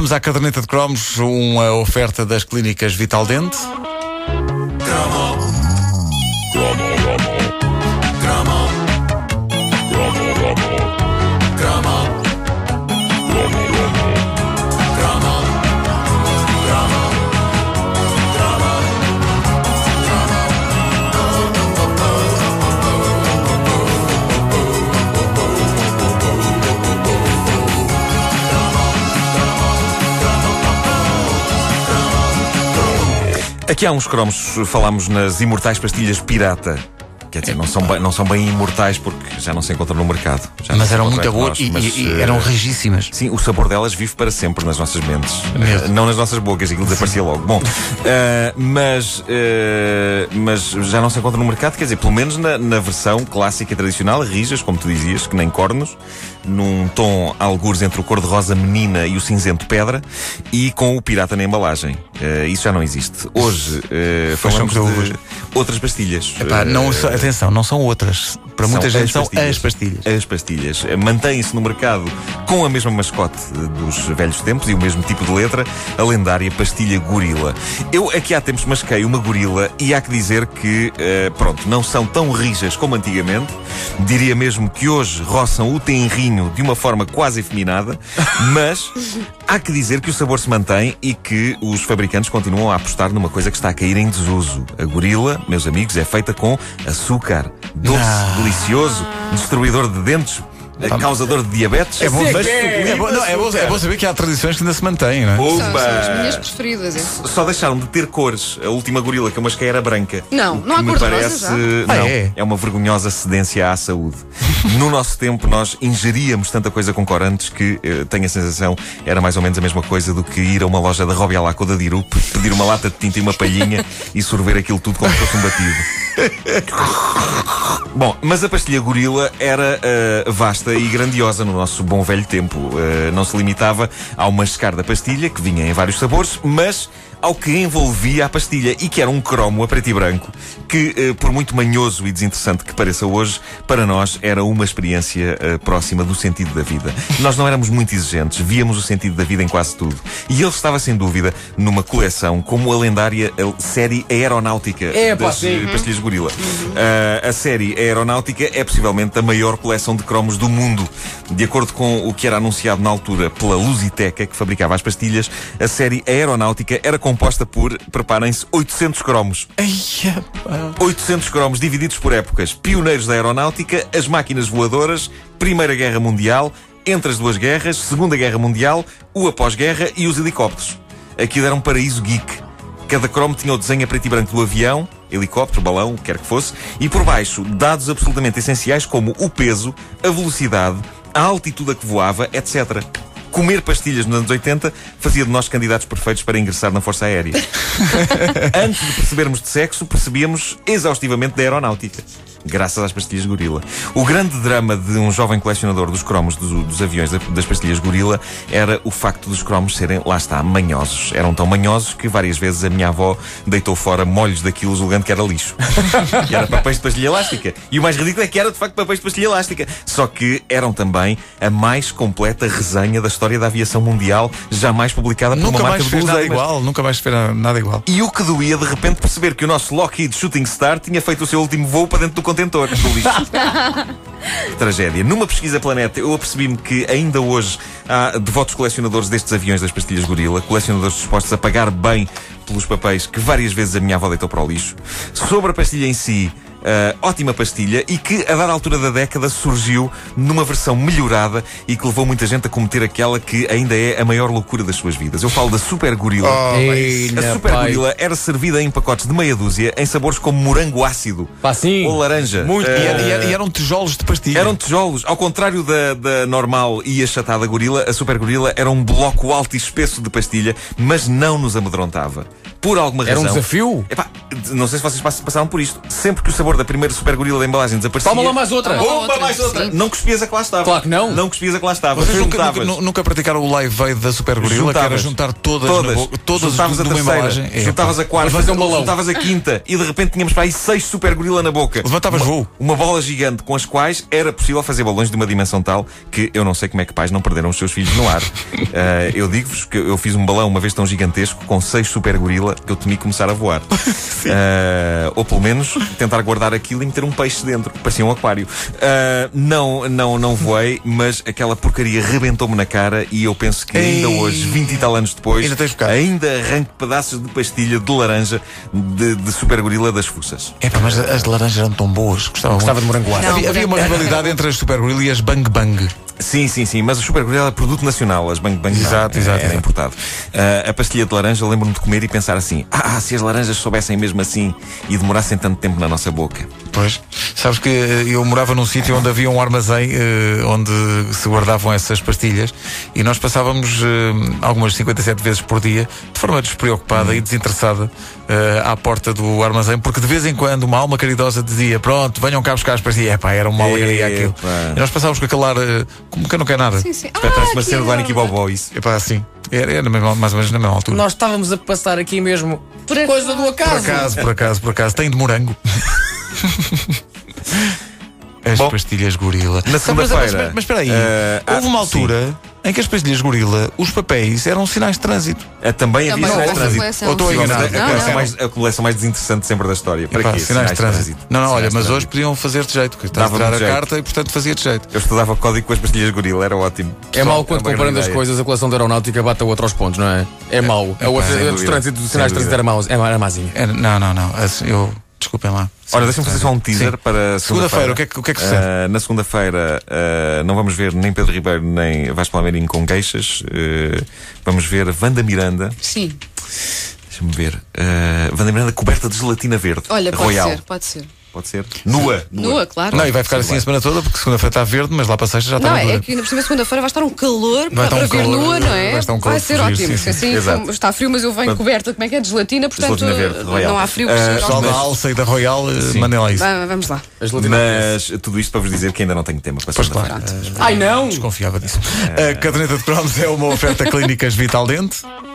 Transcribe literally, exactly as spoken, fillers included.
Vamos à caderneta de cromos, uma oferta das clínicas Vital Dente. Aqui há uns cromos, falámos nas imortais pastilhas pirata. Quer dizer, não são bem, não são bem imortais porque já não se encontram no mercado. Já mas eram muito boas e, mas, e, e eram rijíssimas. Sim, o sabor delas vive para sempre nas nossas mentes. Uh, não nas nossas bocas, aquilo desaparecia logo. Bom, uh, mas, uh, mas já não se encontram no mercado, quer dizer, pelo menos na, na versão clássica e tradicional, rijas, como tu dizias, que nem cornos, num tom algures entre o cor-de-rosa menina e o cinzento pedra, e com o pirata na embalagem. Uh, isso já não existe. Hoje uh, falamos de outras pastilhas. Epá, uh, não, atenção, não são outras. Para muita gente são as pastilhas. As pastilhas. Mantém-se no mercado com a mesma mascote dos velhos tempos e o mesmo tipo de letra, a lendária pastilha gorila. Eu aqui há tempos masquei uma gorila e há que dizer que, uh, pronto, não são tão rijas como antigamente. Diria mesmo que hoje roçam o tenrinho de uma forma quase efeminada, mas há que dizer que o sabor se mantém e que os fabricantes continuam a apostar numa coisa que está a cair em desuso. A gorila, meus amigos, é feita com açúcar, doce, não. delicioso, destruidor de dentes, causador de diabetes. É bom, mas, é, é, bom, não, é, bom, é bom saber que há tradições que ainda se mantêm, não é? São, são as minhas preferidas. É. Só deixaram de ter cores. A última gorila que eu masquei era branca. Não, não há cor de rosa já. Não, ah, é? é uma vergonhosa cedência à saúde. No nosso tempo nós ingeríamos tanta coisa com corantes que eh, tenho a sensação era mais ou menos a mesma coisa do que ir a uma loja da Robial ou da Dirup, pedir uma lata de tinta e uma palhinha e sorver aquilo tudo como se fosse um batido. Bom, mas a pastilha gorila era uh, vasta e grandiosa no nosso bom velho tempo. Uh, não se limitava ao mascar da pastilha, que vinha em vários sabores, mas ao que envolvia a pastilha e que era um cromo a preto e branco que, uh, por muito manhoso e desinteressante que pareça hoje, para nós era uma experiência uh, próxima do sentido da vida. Nós não éramos muito exigentes, víamos o sentido da vida em quase tudo. E ele estava, sem dúvida, numa coleção como a lendária a série aeronáutica é, das uh, pastilhas gorila. Uh, a série aeronáutica é possivelmente a maior coleção de cromos do mundo. De acordo com o que era anunciado na altura pela Lusiteca, que fabricava as pastilhas, a série aeronáutica era composta por, preparem-se, oitocentos cromos. oitocentos cromos divididos por épocas. Pioneiros da aeronáutica, as máquinas voadoras, Primeira Guerra Mundial, entre as duas guerras, Segunda Guerra Mundial, o após-guerra e os helicópteros. Aquilo era um paraíso geek. Cada cromo tinha o desenho a preto e branco do avião, helicóptero, balão, o que quer que fosse, e por baixo dados absolutamente essenciais como o peso, a velocidade, a altitude a que voava, etcétera. Comer pastilhas nos anos oitenta fazia de nós candidatos perfeitos para ingressar na Força Aérea. Antes de percebermos de sexo, percebíamos exaustivamente da aeronáutica. Graças às pastilhas gorila. O grande drama de um jovem colecionador dos cromos dos, dos aviões das pastilhas gorila era o facto dos cromos serem, lá está, manhosos. Eram tão manhosos que várias vezes a minha avó deitou fora molhos daquilo julgando que era lixo. Que era papéis de pastilha elástica. E o mais ridículo é que era de facto papéis de pastilha elástica. Só que eram também a mais completa resenha da história da aviação mundial jamais publicada por nunca uma marca mais de fez nada guloseimas. igual, nunca mais fez nada igual. E o que doía de repente perceber que o nosso Lockheed Shooting Star tinha feito o seu último voo para dentro do contentor do lixo. Tragédia. Numa pesquisa Planeta eu apercebi-me que ainda hoje há devotos colecionadores destes aviões das pastilhas gorila, colecionadores dispostos a pagar bem pelos papéis que várias vezes a minha avó deitou para o lixo. Sobre a pastilha em si, Uh, ótima pastilha e que a dada altura da década surgiu numa versão melhorada e que levou muita gente a cometer aquela que ainda é a maior loucura das suas vidas. Eu falo da Super Gorila. Oh, Ei, a Super pai. Gorila era servida em pacotes de meia dúzia em sabores como morango ácido Pá, sim. ou laranja. Muito. Uh, E, e, e eram tijolos de pastilha. Eram tijolos. Ao contrário da, da normal e achatada gorila, a Super Gorila era um bloco alto e espesso de pastilha, mas não nos amedrontava. Por alguma Era razão. um desafio? Epá, não sei se vocês passaram por isto, sempre que o sabor da primeira super gorila da embalagem desaparecia. Toma lá mais outra! Opa, mais outra! Sim. Não cuspias a que lá estava. Claro que não. Não cuspias a que lá estava. Vocês nunca, Juntavas. nunca, nunca praticaram o live aid da super gorila, que era Juntavas. juntar todas, Todas, na boca, todas juntavas a numa terceira, embalagem. É, juntavas pá. a quarta, Fazer um balão. juntavas a quinta e de repente tínhamos para aí seis super gorila na boca. Levantavas uma, voo. Uma bola gigante com as quais era possível fazer balões de uma dimensão tal que eu não sei como é que pais não perderam os seus filhos no ar. uh, eu digo-vos que eu fiz um balão uma vez tão gigantesco com seis super gorila que eu temi começar a voar. uh, ou pelo menos tentar guardar aquilo e meter um peixe dentro. Parecia um aquário. Uh, não, não, não voei, mas aquela porcaria rebentou-me na cara e eu penso que ainda Ei. hoje, vinte e tal anos depois, Ainda tens bocado. ainda arranco pedaços de pastilha de laranja de, de super gorila das fuças. É pá, mas as de laranja eram tão boas. Gostava, Gostava de muito. morangoar. Não. Havia, havia uma rivalidade entre as super gorila e as bang bang. Sim, sim, sim, mas o super gorila é produto nacional, as Bang Bang Exato, não, exato, era exato. importado. Uh, a pastilha de laranja, lembro-me de comer e pensar assim: ah, se as laranjas soubessem mesmo assim e demorassem tanto tempo na nossa boca. Pois, sabes que eh, eu morava num sítio onde havia um armazém eh, onde se guardavam essas pastilhas e nós passávamos eh, algumas cinquenta e sete vezes por dia de forma despreocupada Hum. e desinteressada eh, à porta do armazém, porque de vez em quando uma alma caridosa dizia: pronto, venham cá buscar as pastilhas. Epá, era uma alegria aquilo. Epá. E nós passávamos com aquele ar eh, como que não quer nada. Sim, sim. Ah, Parece uma aqui cena do agora. Aniki Bobó, isso. Epá, assim, era, era na mesma- mais ou menos na mesma altura. Nós estávamos a passar aqui mesmo Por coisa do Por acaso. acaso, por acaso, por acaso, tem de morango. As Bom, pastilhas gorila. na Mas- segunda-feira, Mas, mas, mas espera aí, eh, houve ah, uma altura em que as pastilhas gorila, os papéis eram sinais de trânsito. Uh, também havia Também sinais de houve trânsito. coleção. Ou estou a Sim, enganar? A, Não, coleção não. mais, a coleção mais desinteressante sempre da história. Para Epá, quê? sinais de trânsito. Não, não, Sinais olha, de mas hoje trânsito. podiam fazer de jeito, que estás a Dava-me tirar a de jeito. carta e portanto fazia de jeito. Eu estudava código com as pastilhas gorila, era ótimo. É mau Só, quando uma grande comparando as ideia. coisas, a coleção da aeronáutica bate a outra aos pontos, não é? É mau. A outra, sem a dos dúvida. trânsitos, dos Sem sinais de dúvida. trânsito era mau. É, era mazinha. É, não, não, não. assim, Eu. Desculpem lá. Ora, deixa-me fazer só um teaser Sim. para Segunda-feira, o que é que, o que, é que sucede? Uh, na segunda-feira uh, não vamos ver nem Pedro Ribeiro nem Vasco Palmeirinho com queixas. Uh, vamos ver Wanda Miranda. Sim. Deixa-me ver. Uh, Wanda Miranda coberta de gelatina verde. Olha, pode Royal. ser, pode ser. Pode ser? Nua. Nua, claro. Não, e vai ficar assim a semana toda, porque segunda-feira está verde, mas lá para sexta já está Não, na é dura. que ainda por cima segunda-feira vai estar um calor Vai para, estar um para vir calor, nua, não é? vai estar um calor ser fugir, ótimo. sim, sim. porque assim, Exato. como está frio, mas eu venho coberta, como é que é? De gelatina, portanto Gelatina verde, Royal. não há frio. Ah, que seja. Pessoal da Alça e da Royal, eh, mandem lá isso. Vai, vamos lá. A gelatina. Mas tudo isto para vos dizer que ainda não tenho tema para Pois segunda-feira. claro. Ai não! Desconfiava disso. A caderneta de cromos é uma oferta clínicas Vital Dente.